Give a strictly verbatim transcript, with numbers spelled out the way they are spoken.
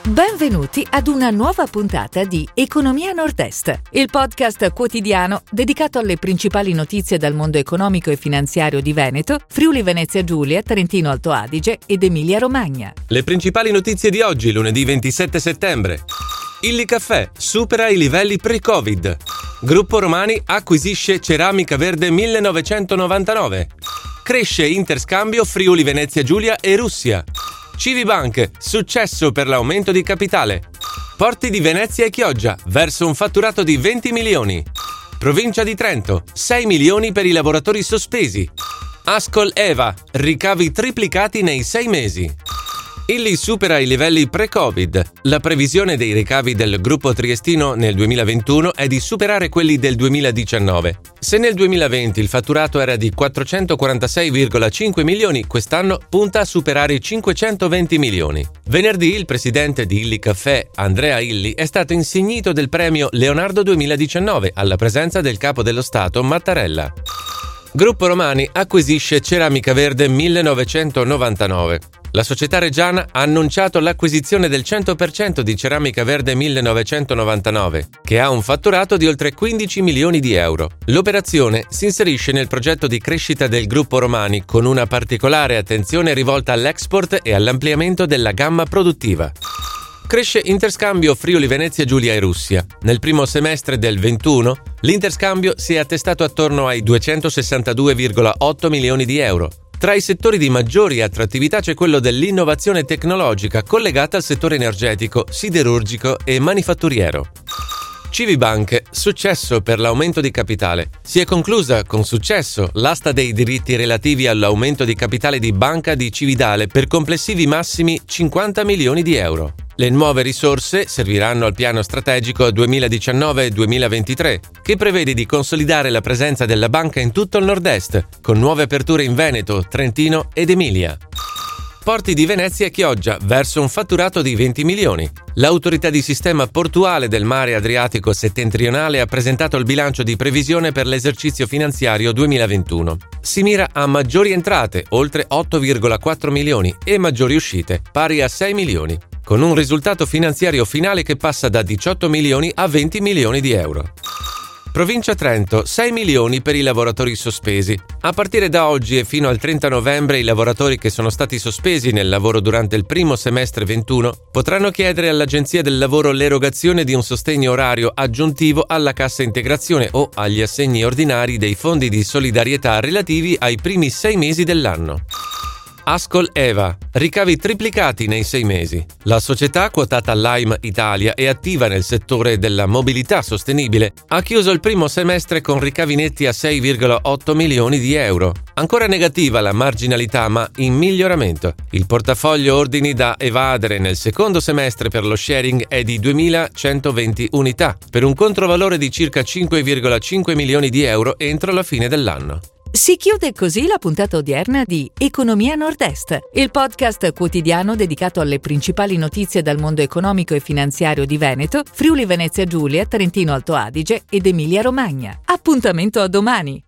Benvenuti ad una nuova puntata di Economia Nord-Est, il podcast quotidiano dedicato alle principali notizie dal mondo economico e finanziario di Veneto, Friuli Venezia Giulia, Trentino Alto Adige ed Emilia Romagna. Le principali notizie di oggi, lunedì ventisette settembre. Illy Caffè supera i livelli pre-Covid. Gruppo Romani acquisisce Ceramica Verde millenovecentonovantanove. Cresce interscambio Friuli Venezia Giulia e Russia. Civibank, successo per l'aumento di capitale. Porti di Venezia e Chioggia, verso un fatturato di venti milioni. Provincia di Trento, sei milioni per i lavoratori sospesi. Ascol Eva, ricavi triplicati nei sei mesi. Illy supera i livelli pre-Covid. La previsione dei ricavi del gruppo triestino nel duemilaventuno è di superare quelli del duemiladiciannove. Se nel duemilaventi il fatturato era di quattrocentoquarantasei virgola cinque milioni, quest'anno punta a superare i cinquecentoventi milioni. Venerdì il presidente di Illy Caffè, Andrea Illy, è stato insignito del premio Leonardo duemiladiciannove alla presenza del capo dello Stato Mattarella. Gruppo Romani acquisisce Ceramica Verde millenovecentonovantanove. La società reggiana ha annunciato l'acquisizione del cento per cento di Ceramica Verde millenovecentonovantanove, che ha un fatturato di oltre quindici milioni di euro. L'operazione si inserisce nel progetto di crescita del Gruppo Romani con una particolare attenzione rivolta all'export e all'ampliamento della gamma produttiva. Cresce interscambio Friuli Venezia Giulia e Russia. Nel primo semestre del ventuno, l'interscambio si è attestato attorno ai duecentosessantadue virgola otto milioni di euro. Tra i settori di maggiori attrattività c'è quello dell'innovazione tecnologica collegata al settore energetico, siderurgico e manifatturiero. Civibank, successo per l'aumento di capitale. Si è conclusa con successo l'asta dei diritti relativi all'aumento di capitale di Banca di Cividale per complessivi massimi cinquanta milioni di euro. Le nuove risorse serviranno al piano strategico duemiladiciannove duemilaventitré, che prevede di consolidare la presenza della banca in tutto il nord-est, con nuove aperture in Veneto, Trentino ed Emilia. Porti di Venezia e Chioggia, verso un fatturato di venti milioni. L'autorità di sistema portuale del mare Adriatico settentrionale ha presentato il bilancio di previsione per l'esercizio finanziario duemilaventuno. Si mira a maggiori entrate, oltre otto virgola quattro milioni, e maggiori uscite, pari a sei milioni, con un risultato finanziario finale che passa da diciotto milioni a venti milioni di euro. Provincia Trento, sei milioni per i lavoratori sospesi. A partire da oggi e fino al trenta novembre i lavoratori che sono stati sospesi nel lavoro durante il primo semestre ventuno potranno chiedere all'Agenzia del Lavoro l'erogazione di un sostegno orario aggiuntivo alla cassa integrazione o agli assegni ordinari dei fondi di solidarietà relativi ai primi sei mesi dell'anno. Ascol Eva, ricavi triplicati nei sei mesi. La società, quotata all'A I M Italia e attiva nel settore della mobilità sostenibile, ha chiuso il primo semestre con ricavi netti a sei virgola otto milioni di euro. Ancora negativa la marginalità, ma in miglioramento. Il portafoglio ordini da evadere nel secondo semestre per lo sharing è di duemilacentoventi unità, per un controvalore di circa cinque virgola cinque milioni di euro entro la fine dell'anno. Si chiude così la puntata odierna di Economia Nord-Est, il podcast quotidiano dedicato alle principali notizie dal mondo economico e finanziario di Veneto, Friuli Venezia Giulia, Trentino Alto Adige ed Emilia Romagna. Appuntamento a domani!